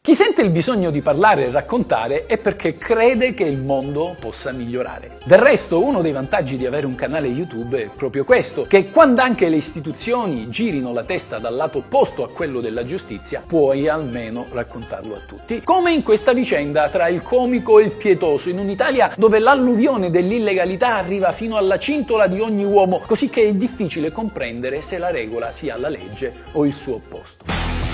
Chi sente il bisogno di parlare e raccontare è perché crede che il mondo possa migliorare. Del resto, uno dei vantaggi di avere un canale YouTube è proprio questo, che quando anche le istituzioni girino la testa dal lato opposto a quello della giustizia, puoi almeno raccontarlo a tutti. Come in questa vicenda tra il comico e il pietoso, in un'Italia dove l'alluvione dell'illegalità arriva fino alla cintola di ogni uomo, così che è difficile comprendere se la regola sia la legge o il suo opposto.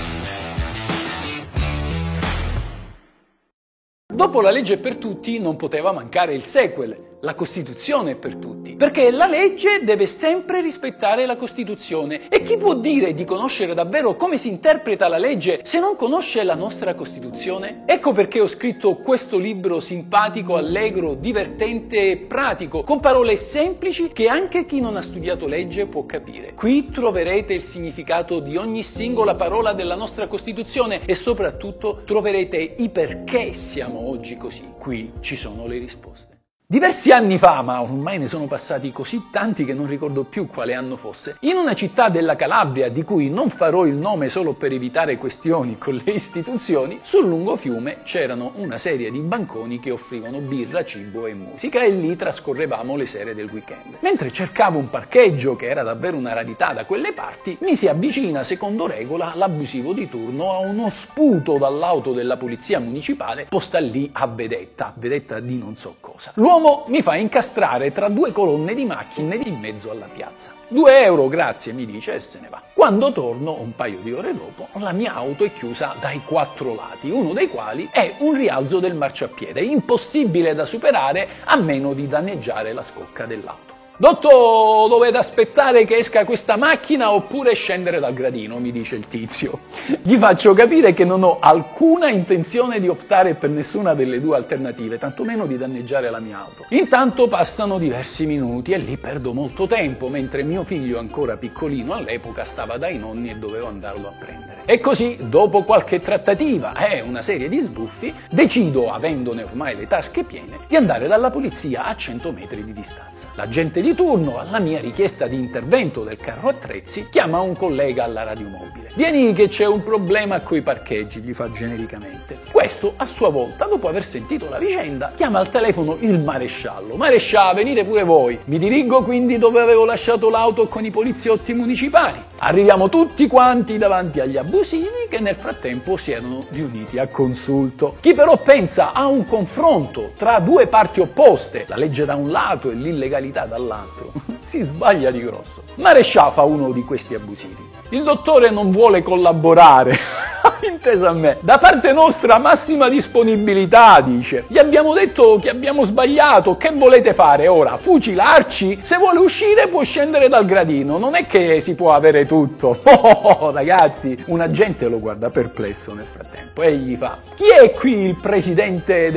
Dopo la legge per tutti non poteva mancare il sequel, la Costituzione per tutti, perché la legge deve sempre rispettare la Costituzione e chi può dire di conoscere davvero come si interpreta la legge se non conosce la nostra Costituzione? Ecco perché ho scritto questo libro simpatico, allegro, divertente e pratico, con parole semplici che anche chi non ha studiato legge può capire. Qui troverete il significato di ogni singola parola della nostra Costituzione e soprattutto troverete i perché siamo oggi così. Qui ci sono le risposte. Diversi anni fa, ma ormai ne sono passati così tanti che non ricordo più quale anno fosse, in una città della Calabria, di cui non farò il nome solo per evitare questioni con le istituzioni, sul lungo fiume c'erano una serie di banconi che offrivano birra, cibo e musica e lì trascorrevamo le sere del weekend. Mentre cercavo un parcheggio, che era davvero una rarità da quelle parti, mi si avvicina, secondo regola, l'abusivo di turno a uno sputo dall'auto della polizia municipale posta lì a vedetta di non so cosa. L'uomo mi fa incastrare tra due colonne di macchine in mezzo alla piazza. 2 euro, grazie, mi dice e se ne va. Quando torno, un paio di ore dopo, la mia auto è chiusa dai 4 lati, uno dei quali è un rialzo del marciapiede, impossibile da superare a meno di danneggiare la scocca dell'auto. Dottor, dovete aspettare che esca questa macchina oppure scendere dal gradino, mi dice il tizio. Gli faccio capire che non ho alcuna intenzione di optare per nessuna delle due alternative, tantomeno di danneggiare la mia auto. Intanto passano diversi minuti e lì perdo molto tempo, mentre mio figlio, ancora piccolino all'epoca, stava dai nonni e dovevo andarlo a prendere. E così, dopo qualche trattativa e una serie di sbuffi, decido, avendone ormai le tasche piene, di andare dalla polizia a 100 metri di distanza. L'agente di turno, alla mia richiesta di intervento del carro attrezzi, chiama un collega alla radiomobile. Vieni che c'è un problema coi parcheggi, gli fa genericamente. Questo, a sua volta, dopo aver sentito la vicenda, chiama al telefono il maresciallo. Maresciallo, venite pure voi. Mi dirigo quindi dove avevo lasciato l'auto con i poliziotti municipali. Arriviamo tutti quanti davanti agli abusivi che nel frattempo si erano riuniti a consulto. Chi però pensa a un confronto tra due parti opposte, la legge da un lato e l'illegalità dall'altro, si sbaglia di grosso. Maresciallo fa uno di questi abusivi. Il dottore non vuole collaborare. Intesa a me. Da parte nostra massima disponibilità, dice. Gli abbiamo detto che abbiamo sbagliato, che volete fare ora? Fucilarci? Se vuole uscire può scendere dal gradino, non è che si può avere tutto. Oh, ragazzi, un agente lo guarda perplesso nel frattempo e gli fa: chi è qui il presidente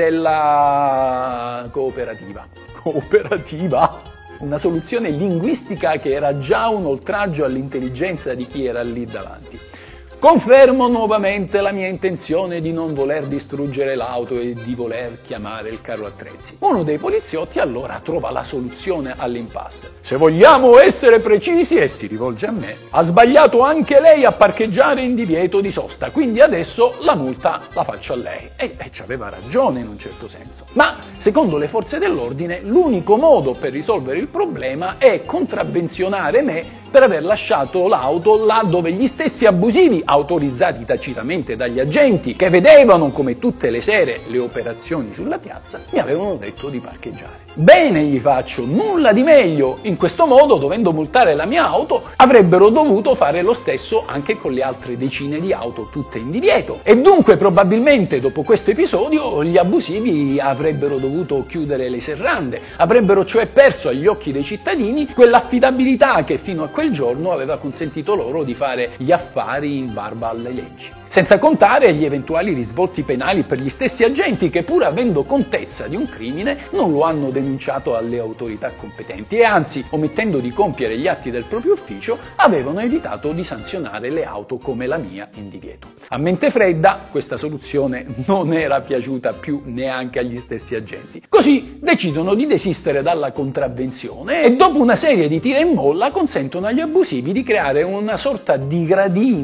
della cooperativa? Cooperativa? Una soluzione linguistica che era già un oltraggio all'intelligenza di chi era lì davanti. Confermo nuovamente la mia intenzione di non voler distruggere l'auto e di voler chiamare il carro attrezzi. Uno dei poliziotti allora trova la soluzione all'impasse. Se vogliamo essere precisi, e si rivolge a me, ha sbagliato anche lei a parcheggiare in divieto di sosta, quindi adesso la multa la faccio a lei. E ci aveva ragione in un certo senso. Ma, secondo le forze dell'ordine, l'unico modo per risolvere il problema è contravvenzionare me per aver lasciato l'auto là dove gli stessi abusivi, autorizzati tacitamente dagli agenti che vedevano come tutte le sere le operazioni sulla piazza, mi avevano detto di parcheggiare. Bene, gli faccio, nulla di meglio. In questo modo, dovendo multare la mia auto, avrebbero dovuto fare lo stesso anche con le altre decine di auto tutte in divieto. E dunque probabilmente dopo questo episodio gli abusivi avrebbero dovuto chiudere le serrande, avrebbero cioè perso agli occhi dei cittadini quell'affidabilità che fino a quel giorno aveva consentito loro di fare gli affari in barba alle leggi. Senza contare gli eventuali risvolti penali per gli stessi agenti che, pur avendo contezza di un crimine, non lo hanno denunciato alle autorità competenti e anzi, omettendo di compiere gli atti del proprio ufficio, avevano evitato di sanzionare le auto come la mia in divieto. A mente fredda, questa soluzione non era piaciuta più neanche agli stessi agenti. Così decidono di desistere dalla contravvenzione e dopo una serie di tira e molla consentono agli abusivi di creare una sorta di gradino su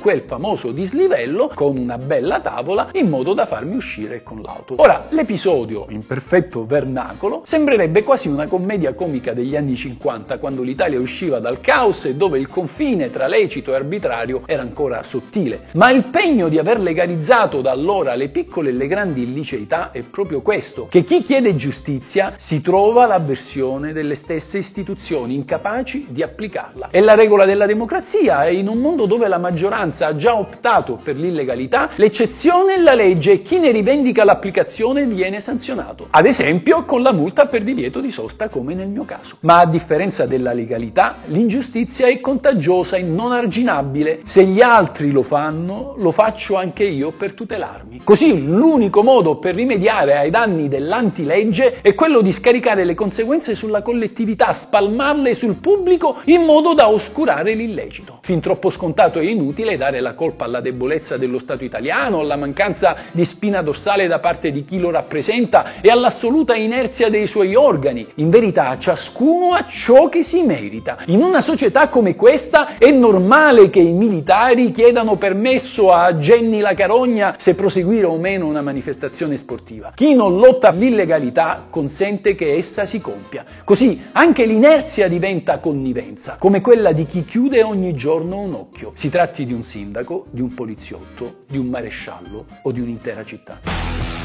quel famoso dislivello con una bella tavola in modo da farmi uscire con l'auto. Ora, l'episodio, in perfetto vernacolo, sembrerebbe quasi una commedia comica degli anni 50, quando l'Italia usciva dal caos e dove il confine tra lecito e arbitrario era ancora sottile. Ma il pegno di aver legalizzato da allora le piccole e le grandi illiceità è proprio questo, che chi chiede giustizia si trova l'avversione delle stesse istituzioni incapaci di applicarla. È la regola della democrazia e in un mondo dove la maggioranza ha già optato per l'illegalità, l'eccezione è la legge e chi ne rivendica l'applicazione viene sanzionato. Ad esempio con la multa per divieto di sosta, come nel mio caso. Ma a differenza della legalità, l'ingiustizia è contagiosa e non arginabile. Se gli altri lo fanno, lo faccio anche io per tutelarmi. Così l'unico modo per rimediare ai danni dell'antilegge è quello di scaricare le conseguenze sulla collettività, spalmarle sul pubblico in modo da oscurare l'illecito. Fin troppo scontato e inutile dare la colpa alla debolezza dello Stato italiano, alla mancanza di spina dorsale da parte di chi lo rappresenta e all'assoluta inerzia dei suoi organi. In verità, ciascuno ha ciò che si merita. In una società come questa è normale che i militari chiedano permesso a Genny la Carogna se proseguire o meno una manifestazione sportiva. Chi non lotta l'illegalità consente che essa si compia. Così anche l'inerzia diventa connivenza, come quella di chi chiude ogni giorno un occhio. Si tratti di un sindaco, di un poliziotto, di un maresciallo o di un'intera città.